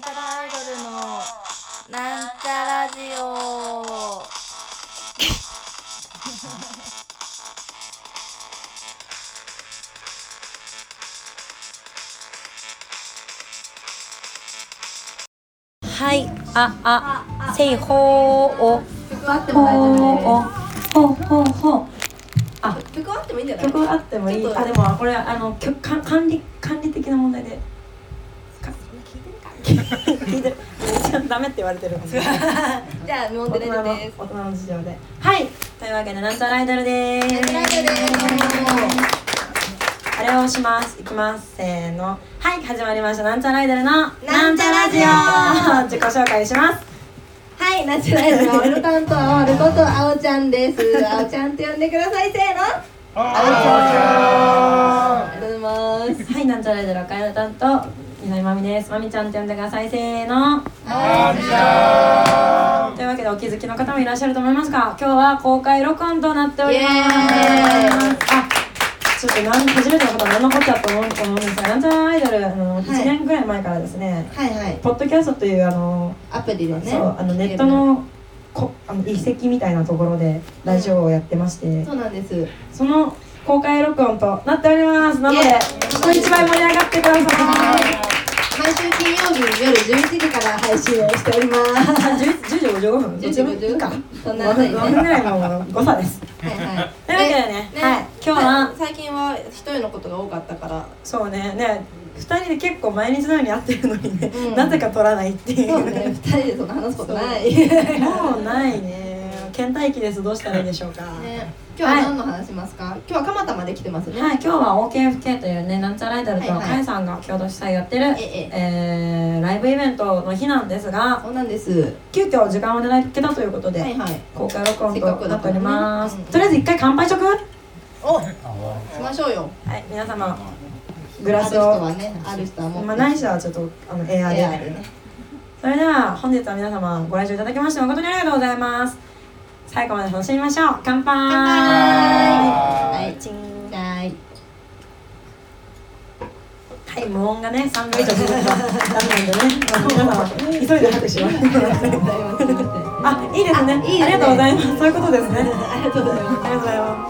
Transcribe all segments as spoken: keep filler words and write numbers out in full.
なんちゃらアイドルのなんちゃラジオはい、あ、あ、せいほーお曲あっても大丈夫です。 ほうほうほう。あ、 曲あってもいいんじゃない？ 曲あってもいい。あ、でもこれあの曲か管理管理的な問題で。聞いてるか？聞いてる。ダメって言われてるから。 じゃあモンデレルです。 大人の事情で。はい。というわけでなんちゃらアイドルです。 なんちゃらアイドルです。 あれをします。いきます。せーの。はい、始まりましたなんちゃらアイドルのなんちゃラジオ。 自己紹介します。 はい、なんちゃらアイドルのオルタンとあおることあおちゃんです。あおちゃんって呼んでください。せーの。あおちゃん。ありがとうございます。 はい、なんちゃらアイドル赤色担当みなまみです。まみちゃんって呼んでください。せーの。 あおちゃん。 というわけでお気づきの方もいらっしゃると思いますが、今日は公開録音となっております。 イエーイ。 あ、ちょっとなん初めての方は何のこっちゃと思うと思うんですが、なんちゃらアイドルあの、はい、いちねんぐらい前からですね、 はいはい、 ポッドキャストというあのアプリでね、 そうあのネットのこあの遺跡みたいなところでラジオをやってまして、うん、 そうなんです。 その公開録音となっております。なので人一倍盛り上がってください。 毎週金曜日夜じゅういちじから配信をしております。 じゅうじごふん、 じゅうじごじゅうか。そんなごふんぐらいの誤差です。 はいはい。 というわけでね、はい、今日は最近は一人のことが多かったから。 そうね、ね、ふたりで結構毎日のように会ってるのにね、なぜか撮らないっていう。 そうね、ふたりでそんな話すことない。 もうないね。倦怠期です。どうしたらいいでしょうか。 今日は何の話しますか？今日は蒲田まで来てますね。 はい、今日は オーケーエフケー というね、なんちゃらアイドルとかえさんが共同主催やってる、えー、ライブイベントの日なんですが、 そうなんです。 急遽時間をいただけたということで、はいはい、公開録音となっております。とりあえず一回乾杯しとく？ お、しましょうよ。 はい、皆様グラスを、 ある人はね、ある人はもう、 まあない人はちょっとあのエアーで、ね、それでは本日は皆様ご来場いただきまして誠にありがとうございます。最後まで楽しみましょう。乾杯。 はい、チンはい。 はい、無音がね、さんびょう以上続くとダメなんでね、皆様急いで拍手を。あ、いいですね。ありがとうございます。そういうことですね。 ありがとうございます。 ありがとうございます。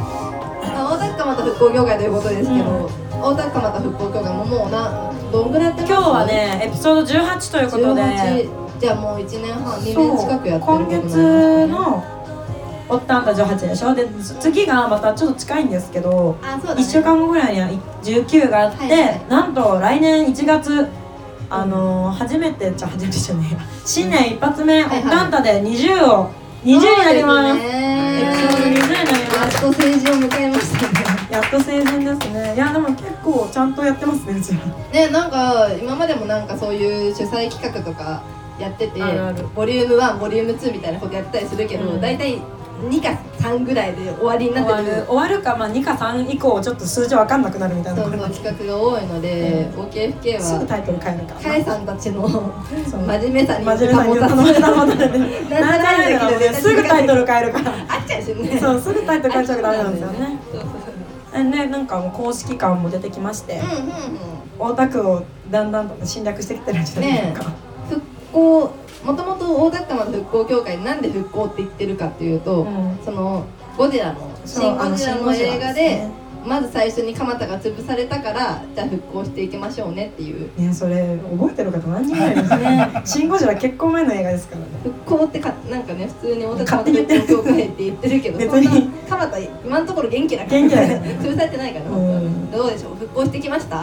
大田区蒲田復興協会ということですけど、大田区蒲田復興協会ももうなどんぐらいやってます？ 今日はね、エピソードじゅうはちということで、 じゃあもういちねんはん、にねん近くやってること今月のおったんたじゅうはちでしょ。で次がまたちょっと近いんですけど、 あ、そうだね、 いっしゅうかんごぐらいにはじゅうきゅうがあって、はいはい、なんと来年いちがつあのー、初めてじゃ初めてじゃねえや新年一発目、おったんたでにじゅうをにじゅうになります。エピソードにじゅうになります。 やっと成人を迎えましたね。 やっと成人ですね。いやでも結構ちゃんとやってますね、うちらね。なんか今までもなんかそういう主催企画とかやってて、 あるあるボリュームワン、ボリュームツーみたいなことやったりするけど、うん、大体にかさんぐらいで終わりになってる。 終わるか、まあ、にかさん以降ちょっと数字分かんなくなるみたいな。 そうそう企画が多いので、うん、オーケーエフケー はすぐタイトル変えるからカエさんたちの真面目さに保たれてなんちゃらアイドルで、ね、すぐタイトル変えるからあっちゃうしね。 そう、すぐタイトル変えちゃうとダメなんですよね。で、なんかもう公式感も出てきまして、うんうんうん、大田区をだんだんと侵略してきてるんじゃないですか、ね、 復興、もともと大田区蒲田復興協会なんで復興って言ってるかっていうと、うん、そのゴジラの新ゴジラの映画でまず最初に蒲田が潰されたから、じゃあ復興していきましょうねっていう。 いや、それ覚えてる方何人ぐらいですね。新ゴジラ結構前の映画ですからね。 復興ってかなんかね、普通に大田区蒲田復興協会って言ってるけど、別に蒲田今のところ元気だから、元気だね。潰されてないから、本当に。どうでしょう、復興してきました？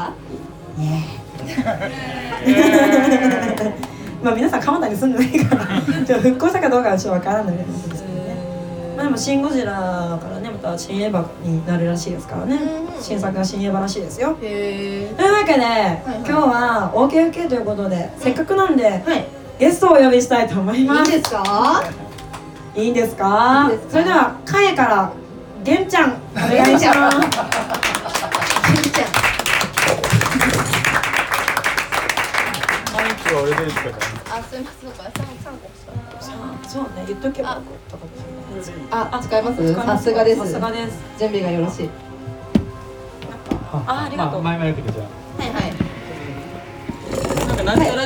まあ皆さん蒲田に住んでないからちょっと復興したかどうかはちょっとわからないですけどね。まあでもシン・ゴジラからね、また新エヴァになるらしいですからね。新作が新エヴァらしいですよ。へー。というわけで、はいはい、今日は オーケーエフケー ということで、うん、せっかくなんで、はい、ゲストをお呼びしたいと思います。 いいですか？ いいんですか？それではカエからゲンちゃんお願いします。ゲンちゃん。 あ、すみません、そうか、三個そうね、言っとけばよかったかもしれない。 あ、使います？さすがです。 さすがです。 準備がよろしい。 あ、ありがとう。 前々くじゃあ。 はいはい。 なんかなんちゃら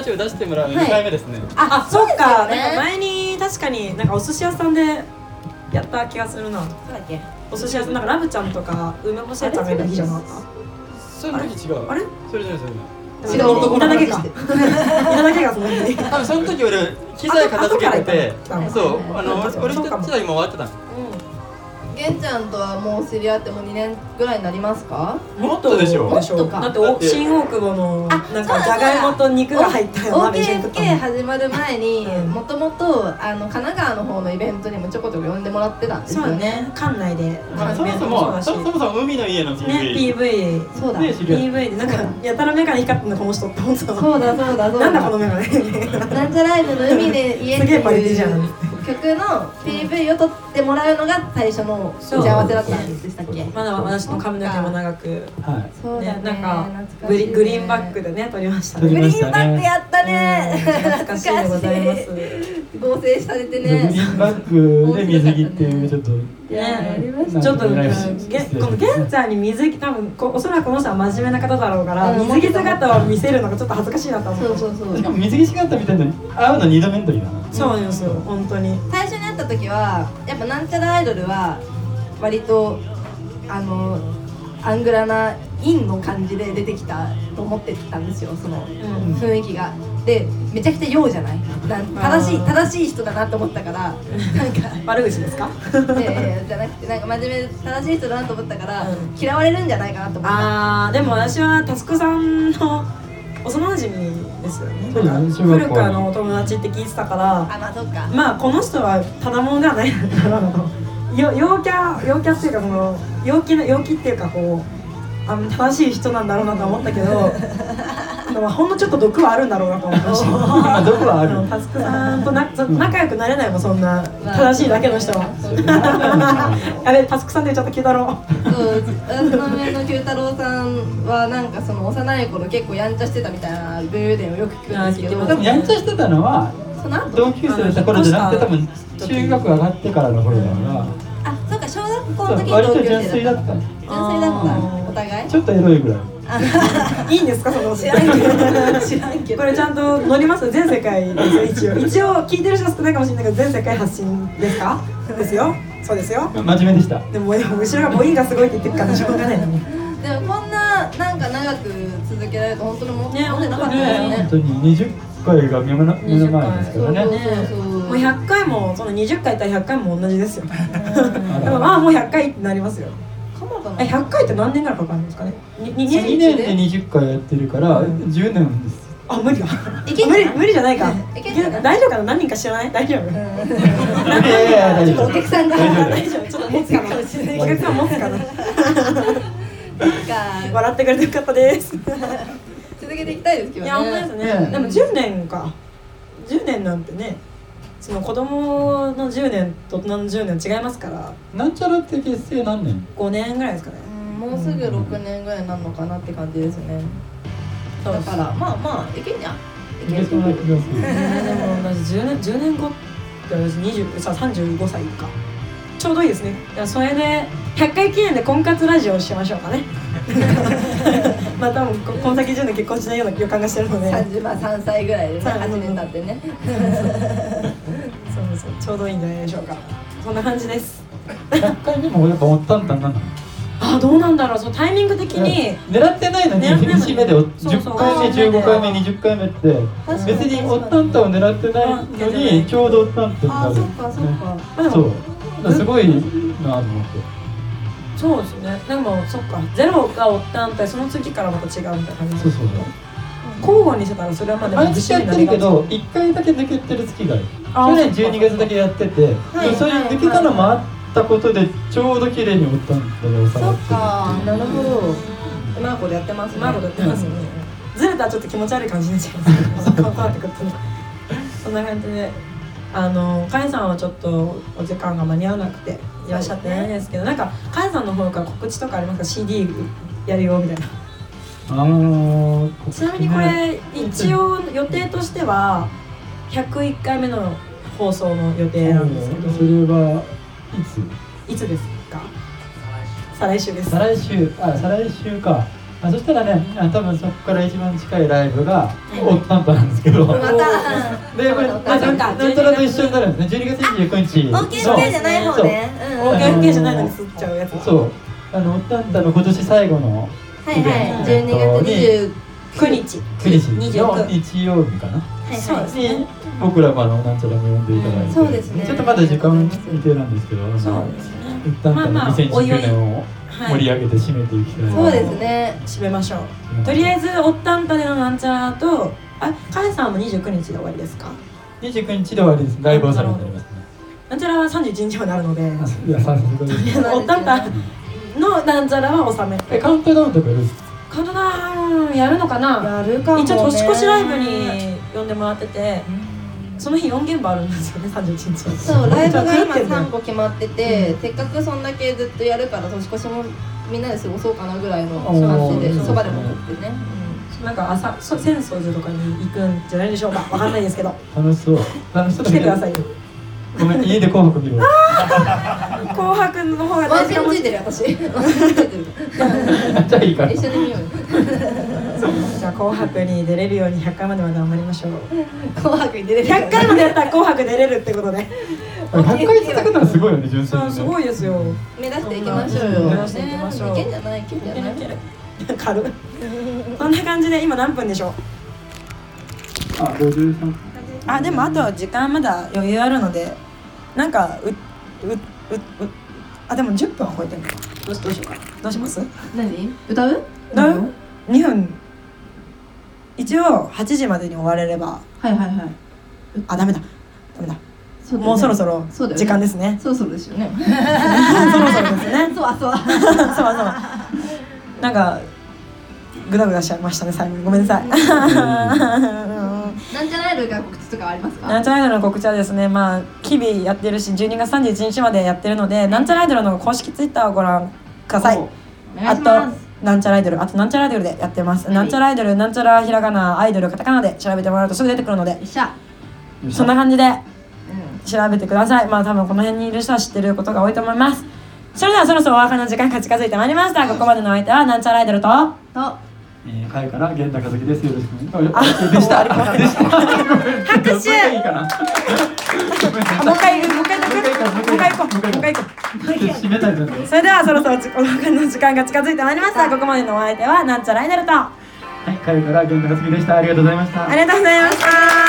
ラジオ出してもらうにかいめですね。 あ、そうか。 ねなんか前に確かになんかお寿司屋さんでやった気がするな。 そうだっけ。 お寿司屋さんなんかラブちゃんとか梅干し屋ちゃんがいる日じゃなかった？ それの時違う。 あれ？ それじゃないそれじゃない。 違う男のいただけか。 話していただけがその日。 多分その時俺機材片付けてて、 後から行ったのそうあのうん俺俺そうかも機材今終わってたの。 げんちゃんとはもう知り合ってもにねんぐらいになりますか？ もっとでしょ。 もっとかだってお新大久保のなんかじゃがいもと肉が入ったようなオーケーエフケー 始まる前にうんもともとあの神奈川の方のイベントにもちょこちょこ呼んでもらってたんですよそうだねね。 館内でまあそもそもそそもそも海の家の ピーブイ。 ね ピーブイそうだで知り合いピーブイ でなんかやたらメガネ光ってんのこの人って思ってたそうだそうだそうなんだこのだ。 メガネなんちゃらイブの海で家ってすげえパリピじゃんいう曲の ピーブイ を撮ってもらうのが最初の打ち合わせだったんでしたっけ？ まだ私の髪の毛も長くはい。 そうだね。 なんか懐かしいねグリグリーンバックでね撮りましたグねリーンバックやったね。 うん懐かしいでございます合成されてグリね。 ーンバックで水着っていうちょっといややりました。 ちょっとなんかげこのゲンちゃんに水着多分こおそらくこの人は真面目な方だろうからうん水着姿を見せるのがちょっと恥ずかしいなと思そううそうそうしか。も水着姿みたいなの会うのにどめの時だな。 そうなんですよ本当に最初に会った時はやっぱなんちゃらアイドルは割とあのアングラな陰の感じで出てきたと思ってたんですよそのうん雰囲気が。でめちゃくちゃ陽じゃないなん正しい正しい人だなと思ったからなんか悪口ですかいやいやじゃなくてなんか真面目正しい人だなと思ったから、 うん嫌われるんじゃないかなと思った。 あーでも私はタスクさんの幼馴染ですよねそうだねなんか小学校古くあのお友達って聞いてたからあまあそっか。 まあこの人はただものではないだろうなとよ陽キャ陽キャっていうかこの陽気な陽気っていうかこうあの正しい人なんだろうなと思ったけどでもほんのちょっと毒はあるんだろうなと思いましたまあ毒はあるのタスクさんとなそ仲良くなれないもんそんな正しいだけの人はやべタスクさんでちょっと聞いたろそう私の上の九太郎さんはなんかその幼い頃結構やんちゃしてたみたいな武勇伝をよく聞くんですけど、 あー聞きます多分やんちゃしてたのはその後同級生だった頃じゃなくて多分中学上がってからの頃だからあそうか小学校そうの時に割と同級純粋だった生だった純粋だったお互いちょっとエロいぐらい。 いいんですかその知らんけど知らんけどこれちゃんと乗ります全世界ですよ一応一応聞いてる人は少ないかもしれないけど全世界発信ですかですよそうですよ真面目でした。 でもでも後ろが母音がすごいって言ってるからしょうがないのにでもこんななんか長く続けられると本当にもね思ってなかったですよ本ね当ににじゅっかいが目の目の前ですからね。 そうそうそうもうひゃっかいもそのにじゅっかいやったらひゃっかいも同じですよあでもまあもうひゃっかいってなりますよかもかなえひゃっかいって何年ぐらいかかるんですかねにににねんでにじゅっかいやってるからうんじゅうねんです。 あ無理だいけんじゃない無理無理じゃないかいけんじゃない大丈夫かな何人か知らない大丈夫いやいやいや大丈夫お客さんが大丈夫大丈夫ちょっと持つかなお客さん持つかななんか笑ってくれてよかったです続けていきたいですけどねいや本当ですねねでもじゅうねんかじゅうねんなんてねその子供のじゅうねんと大人のじゅうねん違いますからなんちゃらって結成何年？ ごねんぐらいですかねうんもうすぐろくねんぐらいになるのかなって感じですねだからまあまあいけんじゃんいけんいけそうな気がする。 でも私じゅうねんじゅうねんごって私にじゅうささんじゅうごさいかちょうどいいですねいやそれでひゃっかい記念で婚活ラジオをしましょうかねまあ多分ここの先じゅうねん結婚しないような予感がしてるのでさんじゅうまあさんさいぐらいでねそうはちねん経ってねそうそうちょうどいいんじゃないでしょうかそんな感じですひゃっかいめもやっぱおったんたんなの。 あどうなんだろうそのタイミング的に狙ってないのに狙ってないのに節目でおそうそうじゅっかいめじゅうごかいめにじゅっかいめって確かに別におったんたんを狙ってないのにちょうどおったんたんになる。 あそっかそっかまあでもそう。だからすごいなと思って。 そうですねでもそっかゼロがおったんでその次からまた違うみたいな感じそうそうそう。 交互にしてたらそれはまだ毎月やってるけどいっかいだけ抜けてる月がある。去年じゅうにがつだけやってて、 はいでそういう抜けたのもあったことでちょうど綺麗におったんだけど収そっまってるかなるほどうまいことやってますねうまいことやってますよねずれたらちょっと気持ち悪い感じになっちゃいますけどそうなってくるとねそんな感じであのかえさんはちょっとお時間が間に合わなくていらっしゃってないんですけどなんかかえさんの方から告知とかありますか シーディー やるよみたいなあーちなみにこれ一応予定としてはひゃくいっかいめの放送の予定なんですけどそれはいつ？ いつですか再来週です再来週、あ、再来週か。 あそしたらね、あ多分そこから一番近いライブがオッタンタなんですけど、 またで、これなんとなく一緒になるんですね。じゅうにがつにじゅうくにちのオーケーオーケー じゃない方ね。 オーケーオーケー じゃないのに吸っちゃうやつ。 そう、あのオッタンタの今年最後のはいはい、じゅうにがつにじゅうくにちくにちの日曜日かな。 そうですね。 に僕らもあのなんちゃらも呼んでいただいて、 そうですね。 ちょっとまだ時間未定なんですけど、 そうですね。 一旦からにせんじゅうきゅうねんを盛り上げて締めていきたい。 そうですね。 締めましょう。とりあえずオッタンタでのなんちゃらと、あ、カエさんもにじゅうくにちで終わりですか？ にじゅうくにちで終わりです。ライブをされてありますね。 なんちゃらはさんじゅういちにちになるので、 いや、さすがです。 オッタンタのなんちゃらは収めえ、カウントダウンとかやるんですか？ カウントダウンやるのかな？ やるかもね。 一応年越しライブに呼んでもらってて、その日よん現場あるんですよね、さんじゅういちにち。 そう、ライブが今さんこ決まってて、せっかくそんだけずっとやるから年越しもみんなで過ごそうかなぐらいの感じで、そばでも食ってね。 なんか朝、そ浅草寺とかに行くんじゃないでしょうか。わかんないですけど。 楽しそう。楽しそうだけど。 来てくださいよ。 ごめん、家で紅白見るわ。 紅白の方がワンピ大事かもしンついてる私。ついてる。 じゃあいいから。 一緒に見ようよ。 じゃあ紅白に出れるようにひゃっかいまでは頑張りましょう。 紅白に出れる。 ひゃっかいまでやったら紅白出れるってことで。 ひゃっかい続くのはすごいよね、純粋にね。 そうすごいですよ。 目指していきましょうよ。 目指していきましょう。 いけんじゃない、いけんじゃない。 軽い。そんな感じで今何分でしょう。 あ、ごじゅうさん。 あ、でもあと時間まだ余裕あるので、なんかううううあでもじゅっぷんは超えてるのか。どうしどうしようか。どうします？ 何？歌う？ 歌う？にふん。一応はちじまでに終われれば。 はいはいはい。 あ、ダメだ。ダメだ。 そうだよねもうそろそろそうだよね時間ですね。 そろそろですよね。 そろそろですね。 そうそう。 そうそう。なんかグダグダしちゃいましたね最後に。ごめんなさい。 なんちゃらアイドルが告知とかありますか？ なんちゃらアイドルの告知はですね、まあ日々やってるし、じゅうにがつさんじゅういちにちまでやってるので、なんちゃらアイドルの公式ツイッターをご覧ください。 お願あといします。 なんちゃらアイドル、あとなんちゃらアイドルでやってます。なんちゃらアイドル、なんちゃらひらがな、アイドルカタカナで調べてもらうとすぐ出てくるので、 よっしゃ。 そんな感じでうん。 調べてください。まあ多分この辺にいる人は知ってることが多いと思います。それではそろそろお別れの時間が近づいてまいりました。ここまでのお相手はなんちゃらアイドルとと。 えー、会から源田和樹です。よろしくお願いします。あ、でした。でした。 拍手。 いいかな。 あ、もう一回、もう一回、もう一回、もう一回行こう。もう一回行こ締めたいと思います。 それではそろそろお別れの時間が近づいてまいりました。ここまでのお相手はなんちゃらアイドルと、 はい、会から源田和樹でした。ありがとうございました。 ありがとうございました。